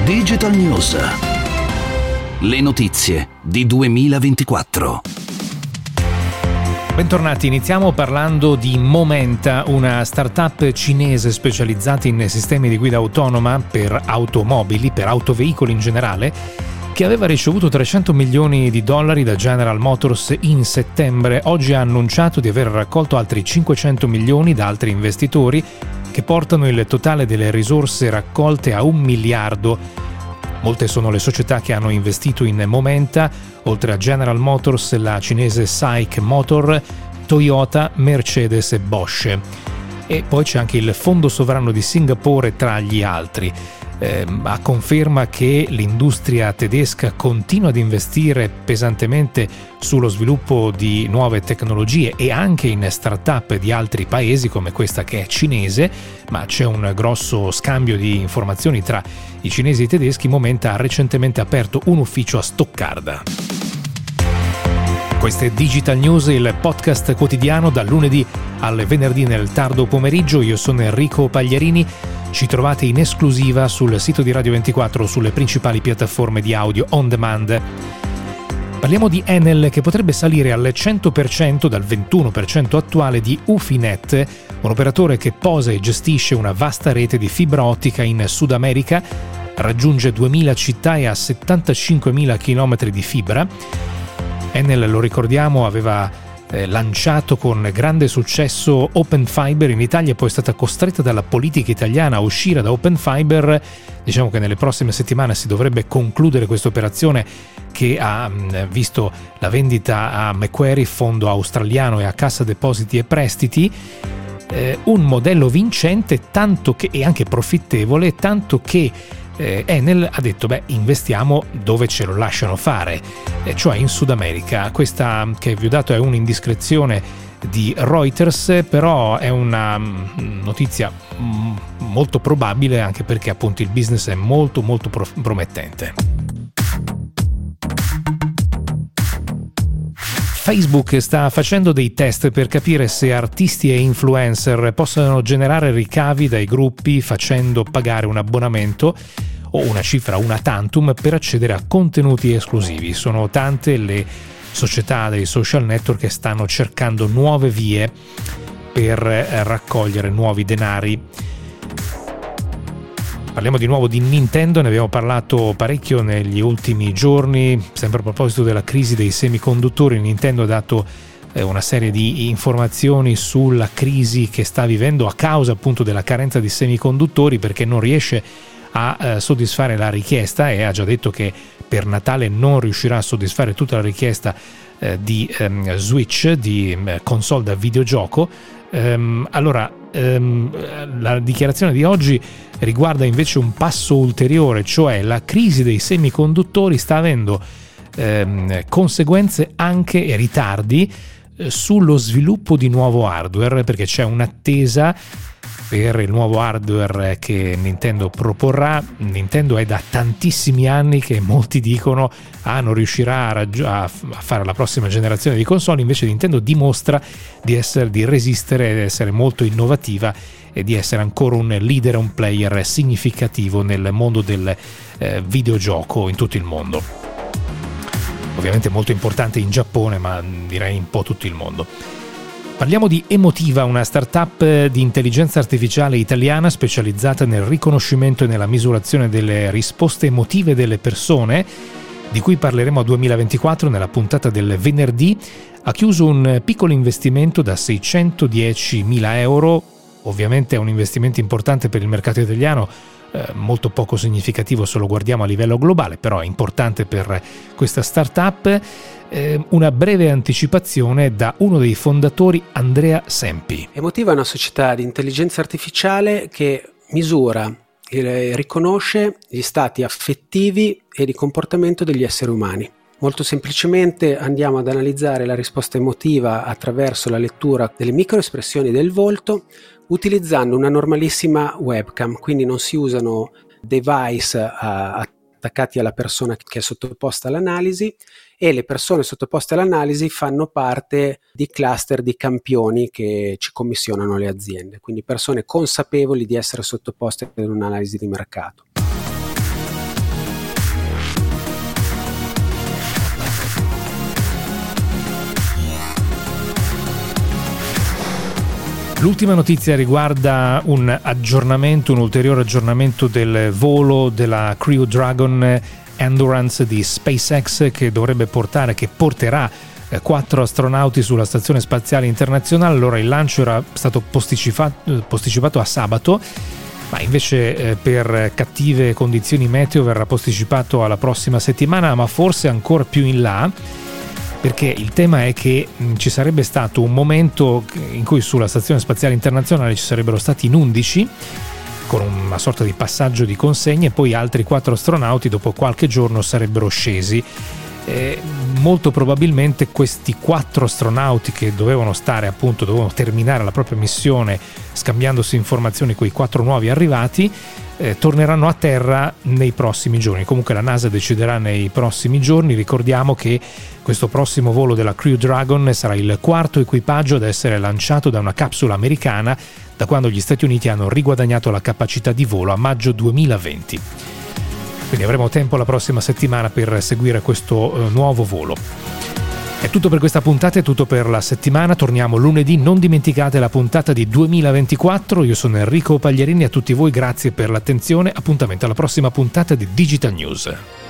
Digital News. Le notizie di 2024. Bentornati, iniziamo parlando di Momenta, una startup cinese specializzata in sistemi di guida autonoma per automobili, per autoveicoli in generale, che aveva ricevuto $300 milioni da General Motors in settembre. Oggi ha annunciato di aver raccolto altri $500 milioni da altri investitori, che portano il totale delle risorse raccolte a $1 miliardo. Molte sono le società che hanno investito in Momenta, oltre a General Motors, la cinese SAIC Motor, Toyota, Mercedes e Bosch. E poi c'è anche il Fondo Sovrano di Singapore tra gli altri. A conferma che l'industria tedesca continua ad investire pesantemente sullo sviluppo di nuove tecnologie e anche in start-up di altri paesi come questa che è cinese, ma c'è un grosso scambio di informazioni tra i cinesi e i tedeschi. Momenta ha recentemente aperto un ufficio a Stoccarda. Questo è Digital News, il podcast quotidiano dal lunedì al venerdì nel tardo pomeriggio. Io sono Enrico Pagliarini. Ci trovate in esclusiva sul sito di Radio 24 sulle principali piattaforme di audio on demand. Parliamo di Enel, che potrebbe salire al 100% dal 21% attuale di Ufinet, un operatore che posa e gestisce una vasta rete di fibra ottica in Sud America, raggiunge 2000 città e ha 75.000 chilometri di fibra. Enel, lo ricordiamo, aveva lanciato con grande successo Open Fiber in Italia, poi è stata costretta dalla politica italiana a uscire da Open Fiber. Diciamo che nelle prossime settimane si dovrebbe concludere questa operazione, che ha visto la vendita a Macquarie, fondo australiano, e a Cassa Depositi e Prestiti. Un modello vincente, tanto che, e anche profittevole, tanto che Enel ha detto investiamo dove ce lo lasciano fare, cioè in Sud America. Questa che vi ho dato è un'indiscrezione di Reuters, però è una notizia molto probabile, anche perché appunto il business è molto promettente. Facebook sta facendo dei test per capire se artisti e influencer possano generare ricavi dai gruppi facendo pagare un abbonamento o una cifra una tantum per accedere a contenuti esclusivi. Sono tante le società dei social network che stanno cercando nuove vie per raccogliere nuovi denari. Parliamo di nuovo di Nintendo, ne abbiamo parlato parecchio negli ultimi giorni, sempre a proposito della crisi dei semiconduttori. Nintendo ha dato una serie di informazioni sulla crisi che sta vivendo a causa appunto della carenza di semiconduttori, perché non riesce a soddisfare la richiesta, e ha già detto che per Natale non riuscirà a soddisfare tutta la richiesta di Switch, di console da videogioco. La dichiarazione di oggi riguarda invece un passo ulteriore, cioè la crisi dei semiconduttori sta avendo conseguenze anche e ritardi sullo sviluppo di nuovo hardware, perché c'è un'attesa per il nuovo hardware che Nintendo proporrà. Nintendo è da tantissimi anni che molti dicono non riuscirà a fare la prossima generazione di console. Invece Nintendo dimostra di resistere, di essere molto innovativa e di essere ancora un leader, un player significativo nel mondo del videogioco in tutto il mondo. Ovviamente molto importante in Giappone, ma direi un po' tutto il mondo. Parliamo di Emotiva, una startup di intelligenza artificiale italiana specializzata nel riconoscimento e nella misurazione delle risposte emotive delle persone, di cui parleremo a 2024 nella puntata del venerdì. Ha chiuso un piccolo investimento da €610.000. Ovviamente è un investimento importante per il mercato italiano, molto poco significativo se lo guardiamo a livello globale, però è importante per questa startup. Una breve anticipazione da uno dei fondatori, Andrea Sempi. Emotiva è una società di intelligenza artificiale che misura e riconosce gli stati affettivi e di comportamento degli esseri umani. Molto semplicemente andiamo ad analizzare la risposta emotiva attraverso la lettura delle microespressioni del volto, utilizzando una normalissima webcam, quindi non si usano device attaccati alla persona che è sottoposta all'analisi, e le persone sottoposte all'analisi fanno parte di cluster di campioni che ci commissionano le aziende, quindi persone consapevoli di essere sottoposte ad un'analisi di mercato. L'ultima notizia riguarda un ulteriore aggiornamento del volo della Crew Dragon Endurance di SpaceX che porterà 4 astronauti sulla Stazione Spaziale Internazionale. Allora il lancio era stato posticipato a sabato, ma invece per cattive condizioni meteo verrà posticipato alla prossima settimana, ma forse ancora più in là, perché il tema è che ci sarebbe stato un momento in cui sulla Stazione Spaziale Internazionale ci sarebbero stati in 11 con una sorta di passaggio di consegne, e poi altri 4 astronauti dopo qualche giorno sarebbero scesi. Molto probabilmente questi 4 astronauti che dovevano terminare la propria missione scambiandosi informazioni con i 4 nuovi arrivati torneranno a terra nei prossimi giorni. Comunque la NASA deciderà nei prossimi giorni. Ricordiamo che questo prossimo volo della Crew Dragon sarà il 4º equipaggio ad essere lanciato da una capsula americana da quando gli Stati Uniti hanno riguadagnato la capacità di volo a maggio 2020. Quindi avremo tempo la prossima settimana per seguire questo nuovo volo. È tutto per questa puntata, è tutto per la settimana. Torniamo lunedì, non dimenticate la puntata di 2024. Io sono Enrico Pagliarini, a tutti voi grazie per l'attenzione. Appuntamento alla prossima puntata di Digital News.